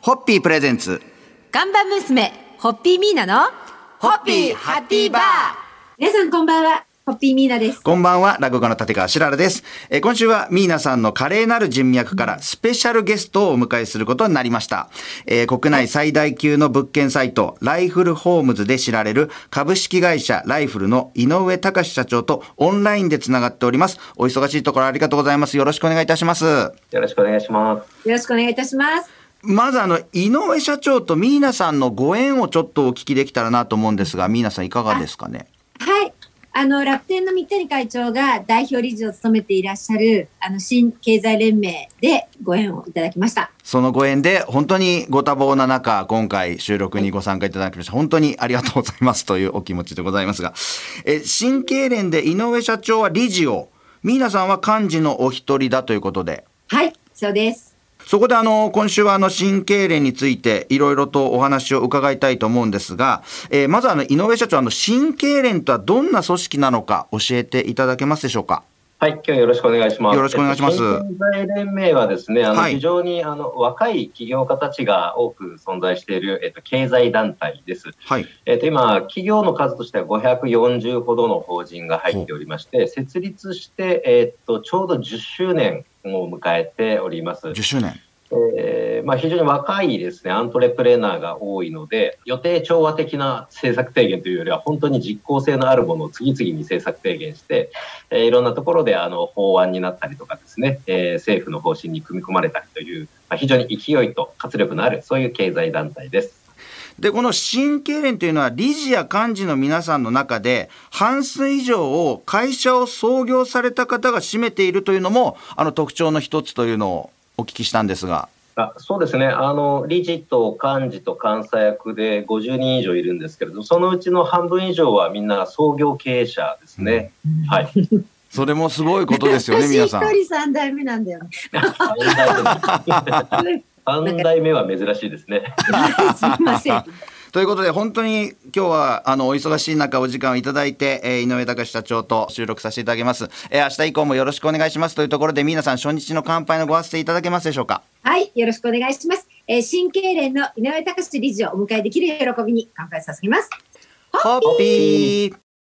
ホッピープレゼンツ看板娘ホッピーミーナのホッピーハッピーバー。 皆さんこんばんは、ホッピーミーナです。 こんばんは、落語家の立川しららです。今週はミーナさんの華麗なる人脈からスペシャルゲストをお迎えすることになりました。国内最大級の物件サイトライフルホームズで知られる株式会社ライフルの井上隆社長とオンラインでつながっております。お忙しいところありがとうございます。よろしくお願いいたします。 よろしくお願いします。 よろしくお願いいたします。 まず井上社長とミーナさんのご縁をちょっとお聞きできたらなと思うんですが、ミーナさんいかがですかね。 はい、楽天の三谷会長が代表理事を務めていらっしゃる新経済連盟でご縁をいただきました。 そのご縁で本当にご多忙な中、今回収録にご参加いただきました。本当にありがとうございますというお気持ちでございますが、新経連で井上社長は理事を、ミーナさんは幹事のお一人だということで。 はい、そうです。 そこで今週は新経連についていろいろとお話を伺いたいと思うんですが、まず井上社長、新経連とはどんな組織なのか教えていただけますでしょうか。 はい、今日よろしくお願いします。 よろしくお願いします。 新経済連盟はですね、 はい、 非常に若い起業家たちが多く存在している、経済団体です。 はい。 今、企業の数としては540ほどの法人が入っておりまして、設立して、ちょうど10周年を迎えております。 10周年。 非常に若いですね、アントレプレーナーが多いので、予定調和的な政策提言というよりは、本当に実効性のあるものを次々に政策提言して、いろんなところで法案になったりとかですね、政府の方針に組み込まれたりという、非常に勢いと活力のある、そういう経済団体です。 で、この新経連というのは理事や幹事の皆さんの中で半数以上を会社を創業された方が占めているというのも特徴の一つというのをお聞きしたんですが。 そうですね、理事と幹事と監査役で50人以上いるんですけれども、そのうちの半分以上はみんな創業経営者ですね。はい。 それもすごいことですよね、皆さん。 私一人3代目なんだよね。 3代目は珍しいですね。 すみません。 ということで、本当に今日はお忙しい中お時間をいただいて、井上隆社長と収録させていただきます。明日以降もよろしくお願いしますというところで、皆さん初日の乾杯のご発声いただけますでしょうか。 はい、よろしくお願いします。新経連の井上隆理事をお迎えできる喜びに乾杯させます。 ホッピー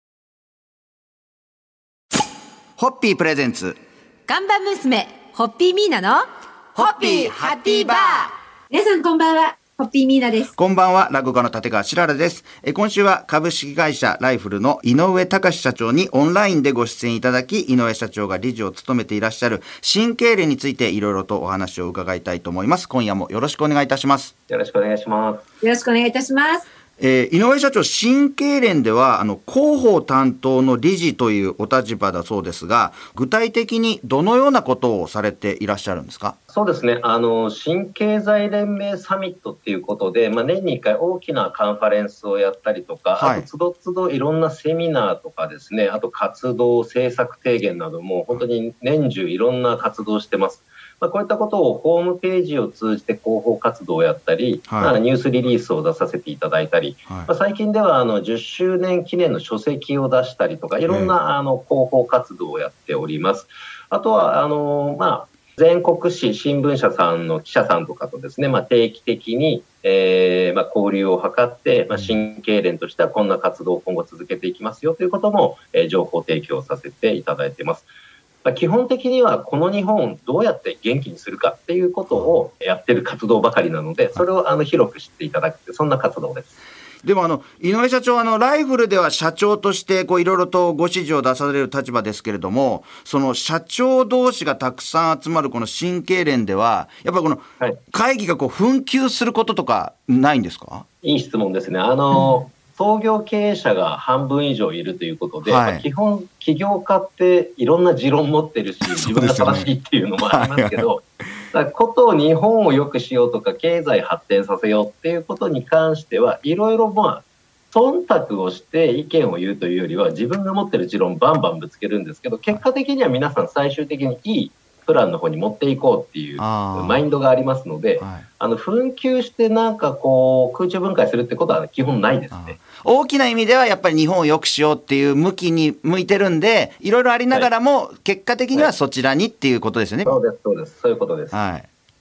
ホッピープレゼンツ看板娘ホッピーミーナのホッピーハッピーバー。 皆さんこんばんは、ホッピーミーナです。 こんばんは、落語家の立川しららです。今週は株式会社ライフルの井上隆社長にオンラインでご出演いただき、井上社長が理事を務めていらっしゃる新経連についていろいろとお話を伺いたいと思います。今夜もよろしくお願いいたします。 よろしくお願いします。 よろしくお願いいたします。 井上社長、新経連では広報担当の理事というお立場だそうですが、具体的にどのようなことをされていらっしゃるんですか。 そうですね、新経済連盟サミットっていうことで、年に1回大きなカンファレンスをやったりとか、 はい、 あとつどつどいろんなセミナーとかですね、あと活動政策提言なども本当に年中いろんな活動をしてます。こういったことをホームページを通じて広報活動をやったり、はい、ニュースリリースを出させていただいたり、はい、最近では10周年記念の書籍を出したりとか、いろんな広報活動をやっております。あとは全国紙新聞社さんの記者さんとかとですね、定期的に、交流を図って、新経連としてはこんな活動を今後続けていきますよということも、情報提供させていただいています。基本的にはこの日本をどうやって元気にするかっていうことをやってる活動ばかりなので、それを広く知っていただく、そんな活動です。 でも井上社長、ライフルでは社長としていろいろとご指示を出される立場ですけれども、その社長同士がたくさん集まるこの新経連では、やっぱりこの会議が紛糾することとかないんですか。 いい質問ですね。創業経営者が半分以上いるということで、 はい、 基本起業家っていろんな持論持ってるし、自分が正しいっていうのもありますけど、ことを日本を良くしようとか経済発展させようっていうことに関してはいろいろ忖度をして意見を言うというよりは、自分が持ってる持論バンバンぶつけるんですけど、結果的には皆さん最終的にいいプランの方に持っていこうっていうマインドがありますので、紛糾して空中分解するってことは基本ないですね。 大きな意味ではやっぱり日本を良くしようっていう向きに向いてるんで、いろいろありながらも結果的にはそちらにっていうことですよね。 そうですそういうことです。 はい。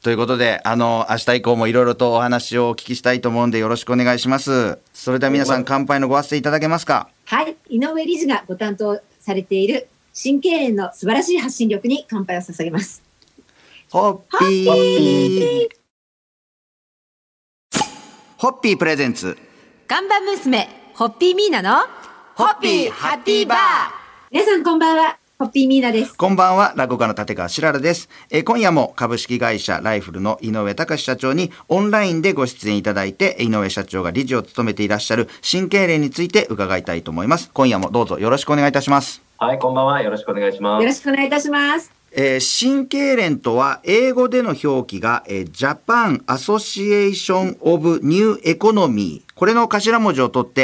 ということで、明日以降もいろいろとお話をお聞きしたいと思うんで、よろしくお願いします。それでは皆さん、乾杯のご発声いただけますか。 はい、井上理事がご担当されている新経連の素晴らしい発信力に乾杯を捧げます。 ホッピーホッピープレゼンツ看板娘ホッピーミーナのホッピーハッピーバー。 皆さんこんばんは、ホッピーミーナです。 こんばんは、落語家の立川しららです。今夜も株式会社ライフルの井上隆社長にオンラインでご出演いただいて、井上社長が理事を務めていらっしゃる新経連について伺いたいと思います。今夜もどうぞよろしくお願いいたします。 はい、こんばんは。よろしくお願いします。 よろしくお願いいたします。 新経連とは英語での表記が、Japan Association of New Economy、これの頭文字を取って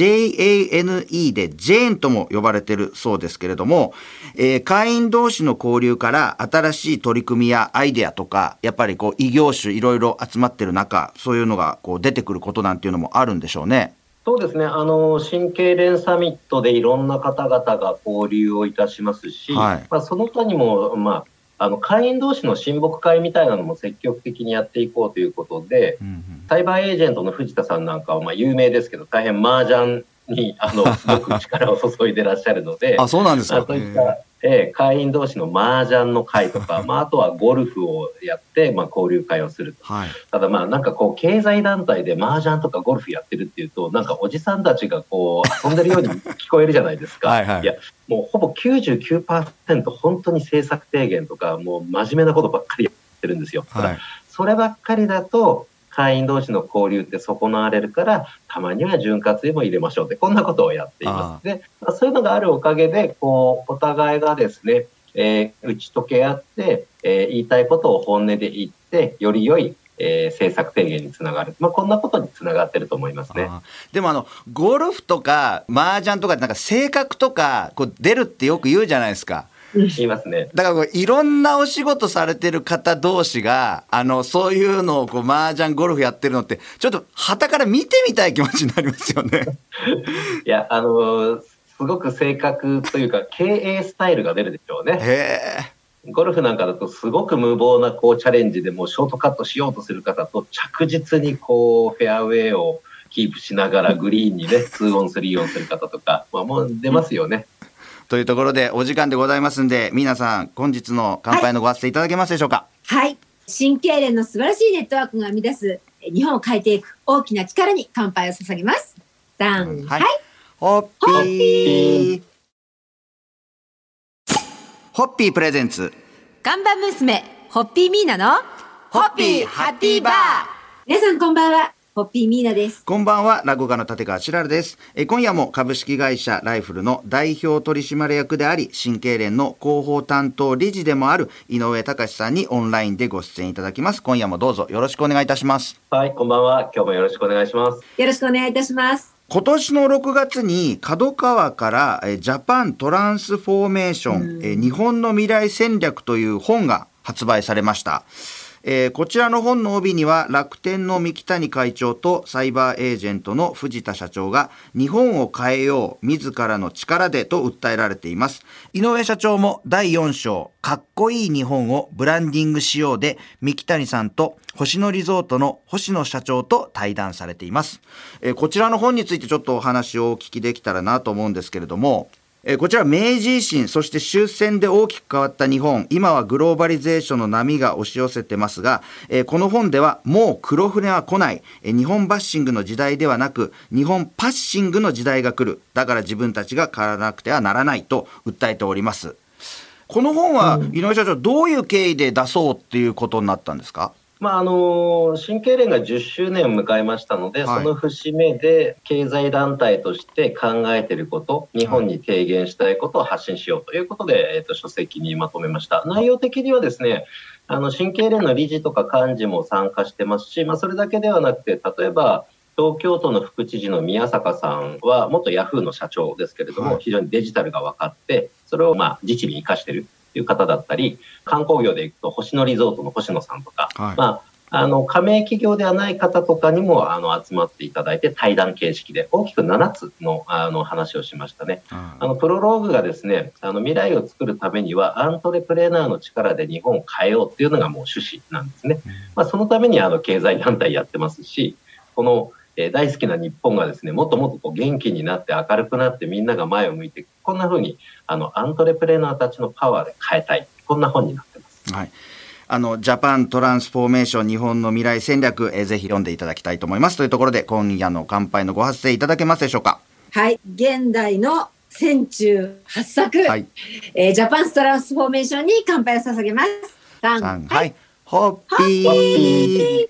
JANE でジェーンとも呼ばれているそうですけれども、会員同士の交流から新しい取り組みやアイデアとか、やっぱりこう異業種いろいろ集まってる中、そういうのがこう出てくることなんていうのもあるんでしょうね。 そうですね。新経連サミットでいろんな方々が交流をいたしますし、 はい、 その他にも、会員同士の親睦会みたいなのも積極的にやっていこうということで、サイバーエージェントの藤田さんなんかは有名ですけど、大変麻雀にすごく力を注いでらっしゃるので、 あ、そうなんですか。 そういった会員同士の麻雀の会とか、あとはゴルフをやって、交流会をすると。 はい、 ただなんかこう経済団体で麻雀とかゴルフやってるっていうと、なんかおじさんたちがこう遊んでるように聞こえるじゃないですか。はい、はい、いやもうほぼ 99% 本当に政策提言とかもう真面目なことばっかりやってるんですよ。ただそればっかりだと会員同士の交流って損なわれるから、たまには潤滑油も入れましょうって、こんなことをやっています。で、そういうのがあるおかげで、こうお互いがですね、打ち解け合って、言いたいことを本音で言って、より良い政策提言につながる、こんなことにつながってると思いますね。 でもゴルフとか麻雀とかなんか性格とかこう出るってよく言うじゃないですか。 言いますね。 だからこういろんなお仕事されてる方同士がそういうのをこう麻雀ゴルフやってるのってちょっと傍から見てみたい気持ちになりますよね。 いやすごく性格というか経営スタイルが出るでしょうね。ゴルフなんかだとすごく無謀なこうチャレンジでもうショートカットしようとする方と、着実にこうフェアウェイをキープしながらグリーンにね2オン3オンする方とか、もう出ますよね。 というところでお時間でございますんで、皆さん本日の乾杯のご発声いただけますでしょうか。 はい、新経連の素晴らしいネットワークが生み出す日本を変えていく大きな力に乾杯を捧げます。はい、 ホッピーホッピープレゼンツ看板娘ホッピーミーナのホッピーハッピーバー。 皆さんこんばんは、ホッピーミーナです。 こんばんは、落語家の立川しららです。今夜も株式会社ライフルの代表取締役であり、新経連の広報担当理事でもある井上隆さんにオンラインでご出演いただきます。今夜もどうぞよろしくお願いいたします。 はい、こんばんは。今日もよろしくお願いします。 よろしくお願いいたします。 今年の6月に角川からジャパントランスフォーメーション、日本の未来戦略という本が発売されました。こちらの本の帯には楽天の三木谷会長とサイバーエージェントの藤田社長が日本を変えよう自らの力でと訴えられています。井上社長も第4章かっこいい日本をブランディングしようで三木谷さんと星野リゾートの星野社長と対談されています。こちらの本についてちょっとお話をお聞きできたらなと思うんですけれども、こちら明治維新そして終戦で大きく変わった日本、今はグローバリゼーションの波が押し寄せてますが、この本ではもう黒船は来ない、日本バッシングの時代ではなく日本パッシングの時代が来る、だから自分たちが変わらなくてはならないと訴えております。この本は井上社長どういう経緯で出そうっていうことになったんですか？ 新経連が10周年を迎えましたので、その節目で経済団体として考えていること、日本に提言したいことを発信しようということで、書籍にまとめました。内容的にはですね、新経連の理事とか幹事も参加してますし、それだけではなくて、例えば東京都の副知事の宮坂さんは元ヤフーの社長ですけれども、非常にデジタルが分かって、それを自治に生かしているという方だったり、観光業でいくと星野リゾートの星野さんとか、 加盟企業ではない方とかにも集まっていただいて、対談形式で大きく7つの話をしましたね。プロローグがですね、未来を作るためにはアントレプレナーの力で日本を変えようっていうのがもう趣旨なんですね。そのために経済団体やってますし、この大好きな日本がですね、もっともっとこう元気になって明るくなってみんなが前を向いて、こんな風にアントレプレナーたちのパワーで変えたい、こんな本になってます。 はい。ジャパントランスフォーメーション日本の未来戦略、ぜひ読んでいただきたいと思います。というところで、今夜の乾杯のご発声いただけますでしょうか。 はい。現代の戦中8作、はい、ジャパントランスフォーメーションに乾杯を捧げます。3、 はい。ホッピー。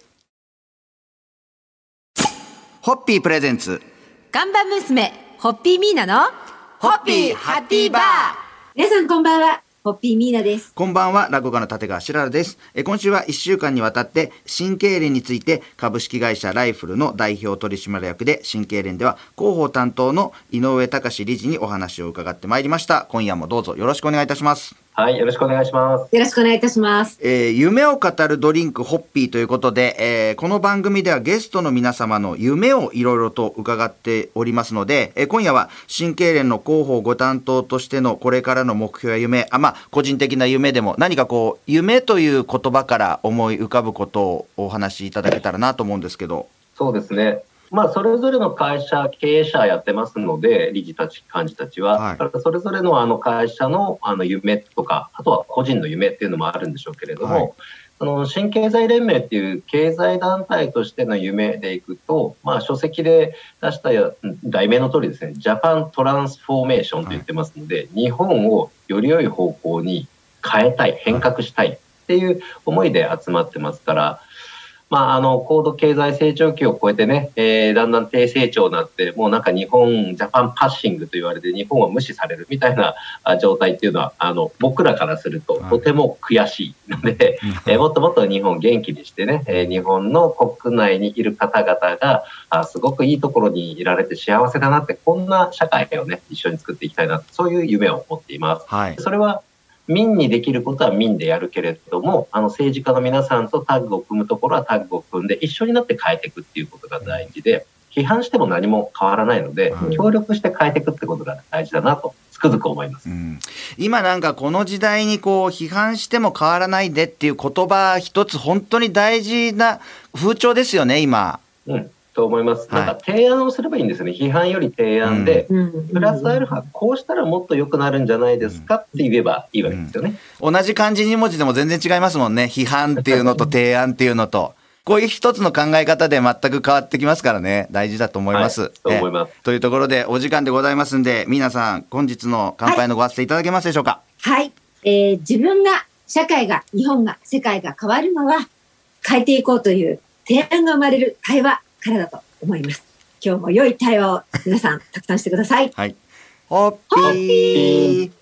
ホッピープレゼンツ。 看板娘、ホッピーミーナのホッピーハッピーバー。 皆さんこんばんは。ホッピーミーナです。 こんばんは、落語家の立川しららです。今週は1週間にわたって新経連について株式会社ライフルの代表取締役で、新経連では広報担当の井上隆理事にお話を伺ってまいりました。今夜もどうぞよろしくお願いいたします。 はい、よろしくお願いします。 よろしくお願いいたします。 夢を語るドリンクホッピーということで、この番組ではゲストの皆様の夢をいろいろと伺っておりますので、今夜は新経連の広報ご担当としてのこれからの目標や夢、個人的な夢でも何かこう夢という言葉から思い浮かぶことをお話しいただけたらなと思うんですけど。 そうですね。それぞれの会社、経営者やってますので、理事たち、幹事たちは、それぞれの会社の夢とか、あとは個人の夢っていうのもあるんでしょうけれども、新経済連盟っていう経済団体としての夢でいくと、書籍で出した題名の通りですね、ジャパントランスフォーメーションと言ってますので、日本をより良い方向に変えたい、変革したいっていう思いで集まってますから、高度経済成長期を超えてね、だんだん低成長になって、もうなんか日本、ジャパンパッシングと言われて、日本は無視されるみたいな状態っていうのは、僕らからするととても悔しいので、もっともっと日本元気にしてね、日本の国内にいる方々が、すごくいいところにいられて幸せだなって、こんな社会をね、一緒に作っていきたいな、そういう夢を持っています。 はい、 それは民にできることは民でやるけれども、政治家の皆さんとタッグを組むところはタッグを組んで一緒になって変えていくっていうことが大事で、批判しても何も変わらないので、協力して変えていくってことが大事だなとつくづく思います。 今なんかこの時代にこう批判しても変わらないでっていう言葉一つ本当に大事な風潮ですよね、今。 と思います。なんか提案をすればいいんですよね。批判より提案で、プラスアルファ、こうしたらもっと良くなるんじゃないですかって言えばいいわけですよね。 同じ漢字2文字でも全然違いますもんね。批判っていうのと提案っていうのと。こういう一つの考え方で全く変わってきますからね。大事だと思います。 と思います。 というところでお時間でございますんで、皆さん本日の乾杯のご発声いただけますでしょうか。 はい。自分が、社会が、日本が、世界が変わるのは変えていこうという提案が生まれる対話からだと思います。今日も良い対話を皆さんたくさんしてください。 はい。ホッピー。